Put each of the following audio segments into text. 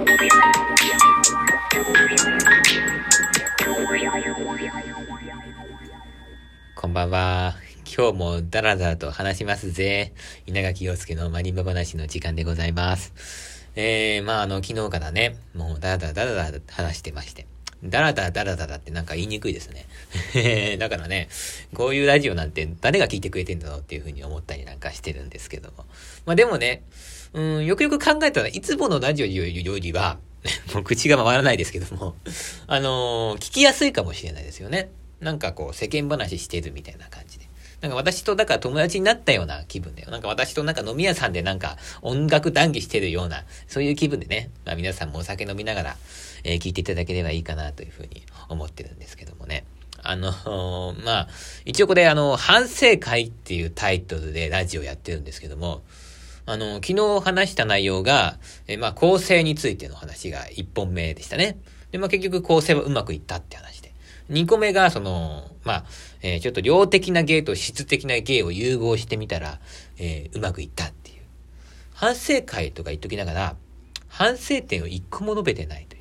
こんばんは。今日もダラダラと話しますぜ。稲垣陽介のマリンバ話の時間でございます。昨日からね、もうダラダラ話してまして。ダラダラってなんか言いにくいですね。だからね、こういうラジオなんて誰が聞いてくれてんだろうっていうふうに思ったりなんかしてるんですけども。まあでもね、よくよく考えたらいつものラジオよりは、もう口が回らないですけども、聞きやすいかもしれないですよね。なんかこう世間話してるみたいな感じで。なんか私とだから友達になったような気分だよ。なんか私となんか飲み屋さんでなんか音楽談義してるような、そういう気分でね、まあ皆さんもお酒飲みながら、聞いていただければいいかなというふうに思ってるんですけどもね。一応これ反省会っていうタイトルでラジオやってるんですけども、昨日話した内容が、構成についての話が1本目でしたね。で、結局構成はうまくいったって話で。2個目が、ちょっと量的な芸と質的な芸を融合してみたら、うまくいったっていう。反省会とか言っときながら、反省点を1個も述べてないという。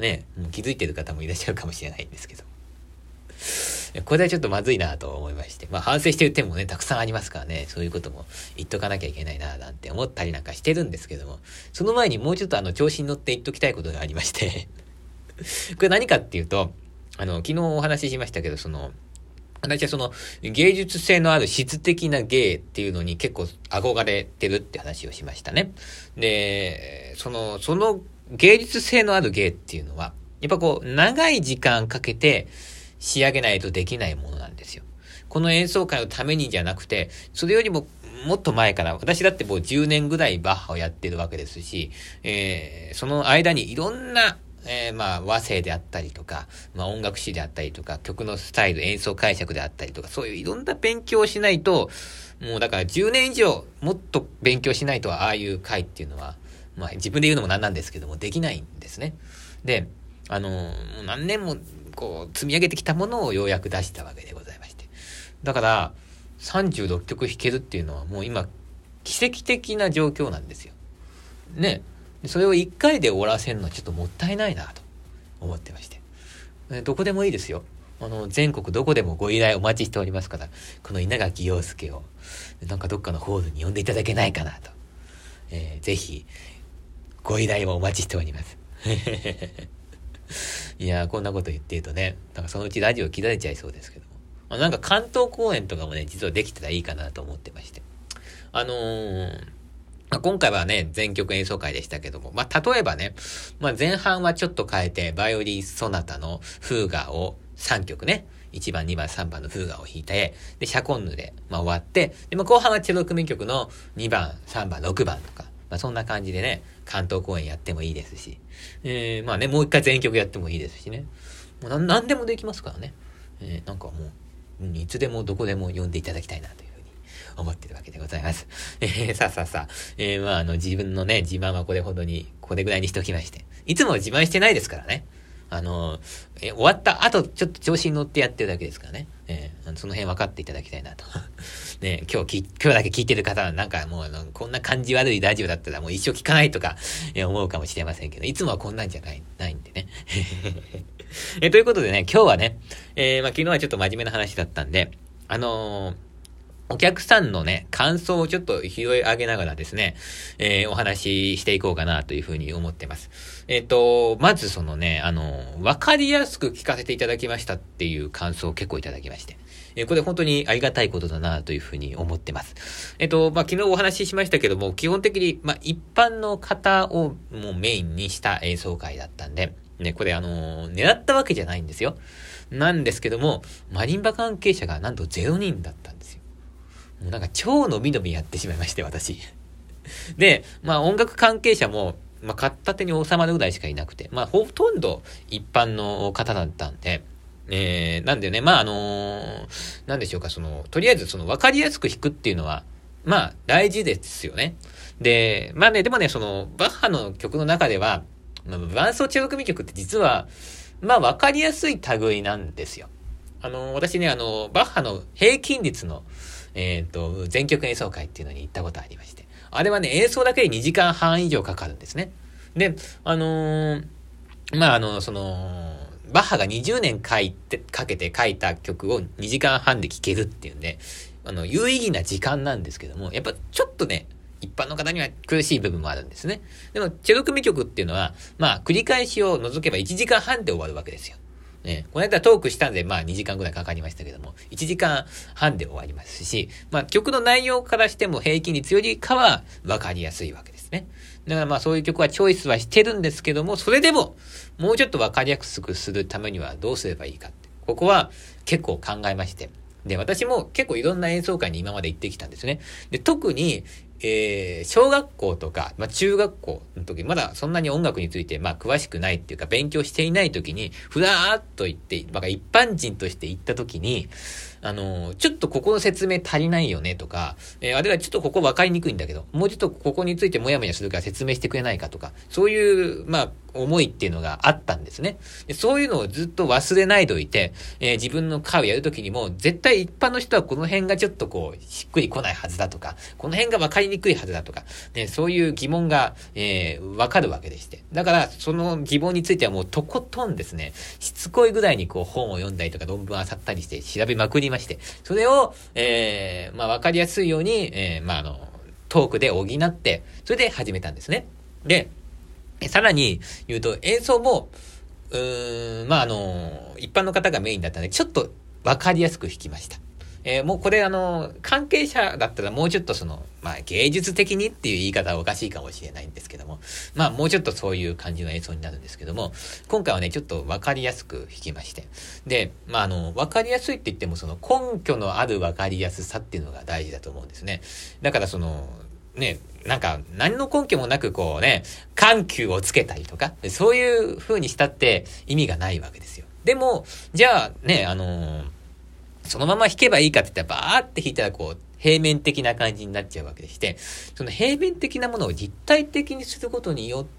ね、もう気づいてる方もいらっしゃるかもしれないんですけど。これはちょっとまずいなと思いまして。反省してる点もね、たくさんありますからね、そういうことも言っとかなきゃいけないな、なんて思ったりなんかしてるんですけども、その前にもうちょっと調子に乗って言っときたいことがありましてこれ何かっていうと、昨日お話ししましたけど、私は芸術性のある質的な芸っていうのに結構憧れてるって話をしましたね。で、その芸術性のある芸っていうのは、やっぱこう、長い時間かけて仕上げないとできないものなんですよ。この演奏会のためにじゃなくて、それよりももっと前から、私だってもう10年ぐらいバッハをやってるわけですし、その間にいろんな和声であったりとか、音楽史であったりとか、曲のスタイル、演奏解釈であったりとか、そういういろんな勉強をしないと、もうだから10年以上もっと勉強しないと、ああいう回っていうのは、自分で言うのもなんなんですけども、できないんですね。で、もう何年もこう積み上げてきたものをようやく出したわけでございまして。だから、36曲弾けるっていうのはもう今、奇跡的な状況なんですよ。ね。それを1回で終わらせるのはちょっともったいないなと思ってまして。どこでもいいですよ。全国どこでもご依頼お待ちしておりますから、この稲垣陽介を、なんかどっかのホールに呼んでいただけないかなと。ぜひ、ご依頼をお待ちしております。いやー、こんなこと言ってるとね、なんかそのうちラジオ切られちゃいそうですけども。なんか関東公演とかもね、実はできたらいいかなと思ってまして。今回はね、全曲演奏会でしたけども、例えばね、前半はちょっと変えて、バイオリンソナタのフーガを3曲ね、1番、2番、3番のフーガを弾いて、で、シャコンヌで、終わって、で、後半はチェロ組曲の2番、3番、6番とか、そんな感じでね、関東公演やってもいいですし、もう一回全曲やってもいいですしね。もう何でもできますからね。なんかもう、いつでもどこでも呼んでいただきたいなという思ってるわけでございます。自分のね、自慢はこれぐらいにしておきまして。いつも自慢してないですからね。終わった後、ちょっと調子に乗ってやってるだけですからね。その辺分かっていただきたいなと。ね、今日だけ聞いてる方は、なんかもう、こんな感じ悪いラジオだったらもう一生聞かないとか、思うかもしれませんけど、いつもはこんなんじゃないんでね。ということでね、今日はね、昨日はちょっと真面目な話だったんで、お客さんのね、感想をちょっと拾い上げながらですね、お話ししていこうかなというふうに思ってます。まずわかりやすく聞かせていただきましたっていう感想を結構いただきまして、これ本当にありがたいことだなというふうに思ってます。昨日お話ししましたけども、基本的に、一般の方をもうメインにした演奏会だったんで、ね、これ狙ったわけじゃないんですよ。なんですけども、マリンバ関係者がなんと0人だったんですよ。もうなんか超伸び伸びやってしまいまして、私。で、音楽関係者も、片手に収まるぐらいしかいなくて、ほとんど一般の方だったんで、なんでね、なんでしょうか、とりあえず分かりやすく弾くっていうのは、大事ですよね。で、でもね、バッハの曲の中では、伴奏チェロ組曲って実は、わかりやすい類なんですよ。私ね、バッハの平均率の、全曲演奏会っていうのに行ったことありまして。あれはね、演奏だけで2時間半以上かかるんですね。 で、バッハが20年かけて書いた曲を2時間半で聴けるっていうんで、有意義な時間なんですけども、やっぱちょっとね、一般の方には苦しい部分もあるんですね。でも、チェロ組曲っていうのは、繰り返しを除けば1時間半で終わるわけですよ。ね、この間トークしたんで、2時間ぐらいかかりましたけども、1時間半で終わりますし、曲の内容からしても平均率よりかは分かりやすいわけですね。だからそういう曲はチョイスはしてるんですけども、それでも、もうちょっと分かりやすくするためにはどうすればいいかって。ここは結構考えまして。で、私も結構いろんな演奏会に今まで行ってきたんですね。で、特に、小学校とか、中学校の時、まだそんなに音楽について、詳しくないっていうか、勉強していない時に、ふらーっと行って、一般人として行った時に、ちょっとここの説明足りないよねとか、あるいはちょっとここ分かりにくいんだけど、もうちょっとここについてもやもやするから説明してくれないかとか、そういう、思いっていうのがあったんですね。でそういうのをずっと忘れないでおいて、自分の会をやるときにも、絶対一般の人はこの辺がちょっとしっくりこないはずだとか、この辺が分かりにくいはずだとか、そういう疑問が、分かるわけでして。だから、その疑問についてはもうとことんですね、しつこいぐらいに本を読んだりとか論文を漁ったりして調べまくりまして、それを、分かりやすいように、トークで補って、それで始めたんですね。で、さらに言うと、演奏も、一般の方がメインだったので、ちょっと分かりやすく弾きました。もうこれ関係者だったらもうちょっと芸術的にっていう言い方はおかしいかもしれないんですけども、もうちょっとそういう感じの演奏になるんですけども、今回はね、ちょっと分かりやすく弾きまして。で、分かりやすいって言っても根拠のある分かりやすさっていうのが大事だと思うんですね。だから何の根拠もなく緩急をつけたりとか、そういう風にしたって意味がないわけですよ。でも、じゃあね、そのまま弾けばいいかって言ったら、バーって弾いたら平面的な感じになっちゃうわけでして、その平面的なものを立体的にすることによって、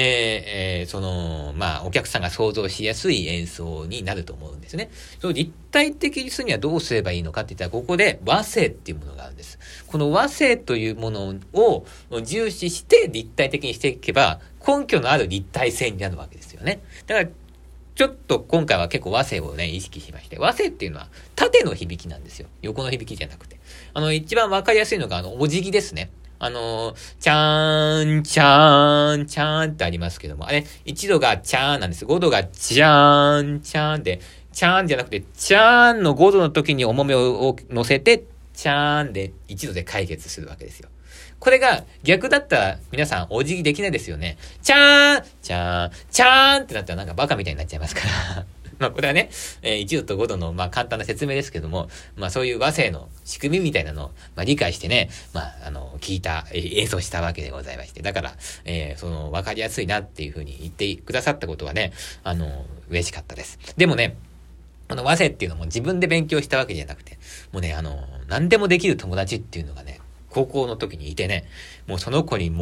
お客さんが想像しやすい演奏になると思うんですね。その立体的にするにはどうすればいいのかって言ったら、ここで和声っていうものがあるんです。この和声というものを重視して立体的にしていけば、根拠のある立体性になるわけですよね。だから、ちょっと今回は結構和声をね、意識しまして、和声っていうのは縦の響きなんですよ。横の響きじゃなくて。一番わかりやすいのがお辞儀ですね。チャーン、チャーン、チャーンってありますけども、あれ、1度がチャーンなんです。5度がチャーン、チャーンで、チャーンじゃなくて、チャーンの5度の時に重めを乗せて、チャーンで1度で解決するわけですよ。これが逆だったら皆さんお辞儀できないですよね。チャーン、チャーン、チャーンってなったらバカみたいになっちゃいますから。これはね、1度と5度の簡単な説明ですけども、そういう和声の仕組みみたいなのを理解してね、聞いた、演奏したわけでございまして。だから、わかりやすいなっていう風に言ってくださったことはね、嬉しかったです。でもね、和声っていうのも自分で勉強したわけじゃなくて、もうね、何でもできる友達っていうのがね、高校の時にいてね、もうその子に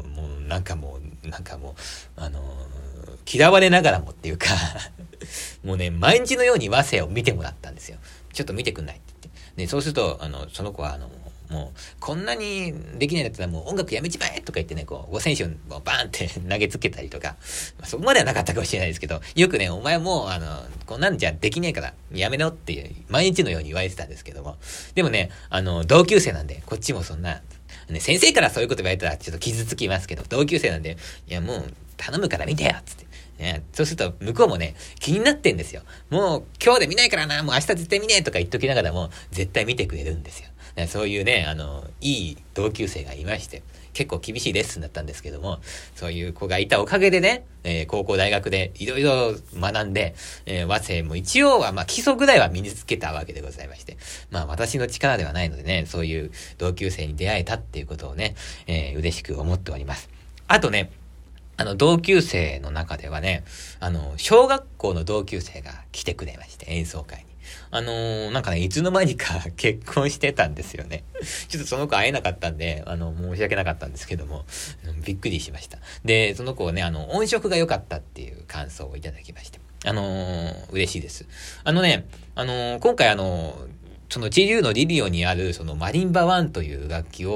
嫌われながらもっていうかもうね、毎日のように和声を見てもらったんですよ。ちょっと見てくんないって言って。で、そうすると、その子はもう、こんなにできないんだったらもう音楽やめちまえとか言ってね、五線紙をバーンって投げつけたりとか、そこまではなかったかもしれないですけど、よくね、お前もう、こんなんじゃできねえからやめろっていう、毎日のように言われてたんですけども、でもね、同級生なんで、こっちもそんな、ね、先生からそういうこと言われたらちょっと傷つきますけど、同級生なんで、いやもう、頼むから見てよつって。ね、そうすると、向こうもね、気になってんですよ。もう、今日で見ないからな、もう明日絶対見ねえとか言っときながらも、絶対見てくれるんですよ。そういうね、いい同級生がいまして、結構厳しいレッスンだったんですけども、そういう子がいたおかげでね、高校大学でいろいろ学んで、和声も一応は基礎ぐらいは身につけたわけでございまして、私の力ではないのでね、そういう同級生に出会えたっていうことをね、嬉しく思っております。あとね、同級生の中ではね、小学校の同級生が来てくれまして、演奏会に。いつの間にか結婚してたんですよね。ちょっとその子会えなかったんで、申し訳なかったんですけども、びっくりしました。で、その子はね、音色が良かったっていう感想をいただきまして、嬉しいです。今回その GU のリビオにあるそのマリンバ1という楽器を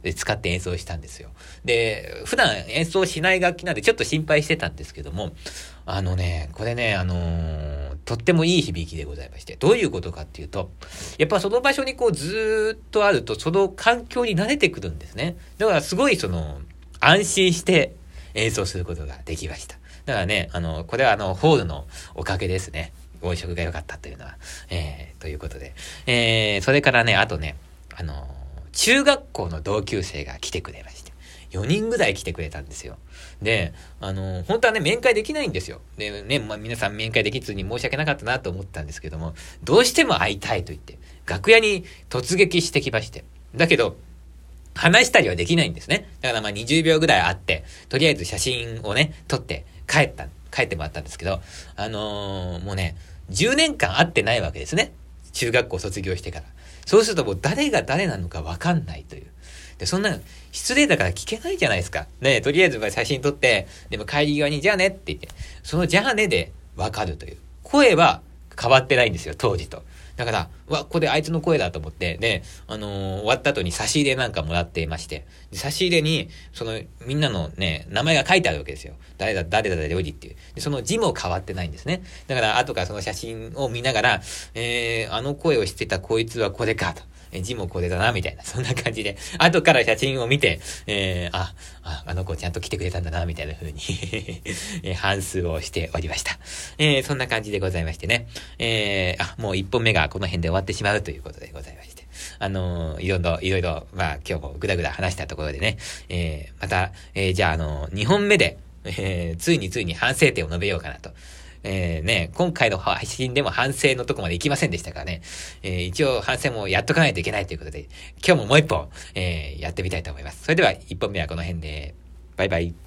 使って演奏したんですよ。で、普段演奏しない楽器なんでちょっと心配してたんですけども、これね、とってもいい響きでございまして、どういうことかっていうと、やっぱその場所にこうずーっとあると、その環境に慣れてくるんですね。だからすごい安心して演奏することができました。だからね、これはホールのおかげですね。音色が良かったというのは。ということで。それからね、あとね、中学校の同級生が来てくれまして、4人ぐらい来てくれたんですよ。で、本当はね、面会できないんですよ。で、ね、皆さん面会できずに申し訳なかったなと思ったんですけども、どうしても会いたいと言って、楽屋に突撃してきまして。だけど、話したりはできないんですね。だから20秒ぐらい会って、とりあえず写真をね、撮って帰ってもらったんですけど、もうね、10年間会ってないわけですね。中学校卒業してから。そうするともう誰が誰なのかわかんないという。で、そんな、失礼だから聞けないじゃないですか。ね、とりあえず写真撮って、でも帰り際にじゃあねって言って、そのじゃあねでわかるという。声は変わってないんですよ、当時と。だから、ここであいつの声だと思って、で、終わった後に差し入れなんかもらっていまして、差し入れに、みんなのね、名前が書いてあるわけですよ。誰だよりっていう。で、その字も変わってないんですね。だから、後からその写真を見ながら、あの声をしてたこいつはこれかと。字もこれだな、みたいな。そんな感じで、後から写真を見て、あの子ちゃんと来てくれたんだな、みたいな風に反数をしておりました。そんな感じでございましてね。もう一本目がこの辺で終わってしまうということでございまして。いろいろ、今日もぐだぐだ話したところでね、また、じゃあ2本目で、ついに反省点を述べようかなと。今回の配信でも反省のとこまで行きませんでしたからね。一応反省もやっとかないといけないということで、今日ももう一本、やってみたいと思います。それでは1本目はこの辺で、バイバイ。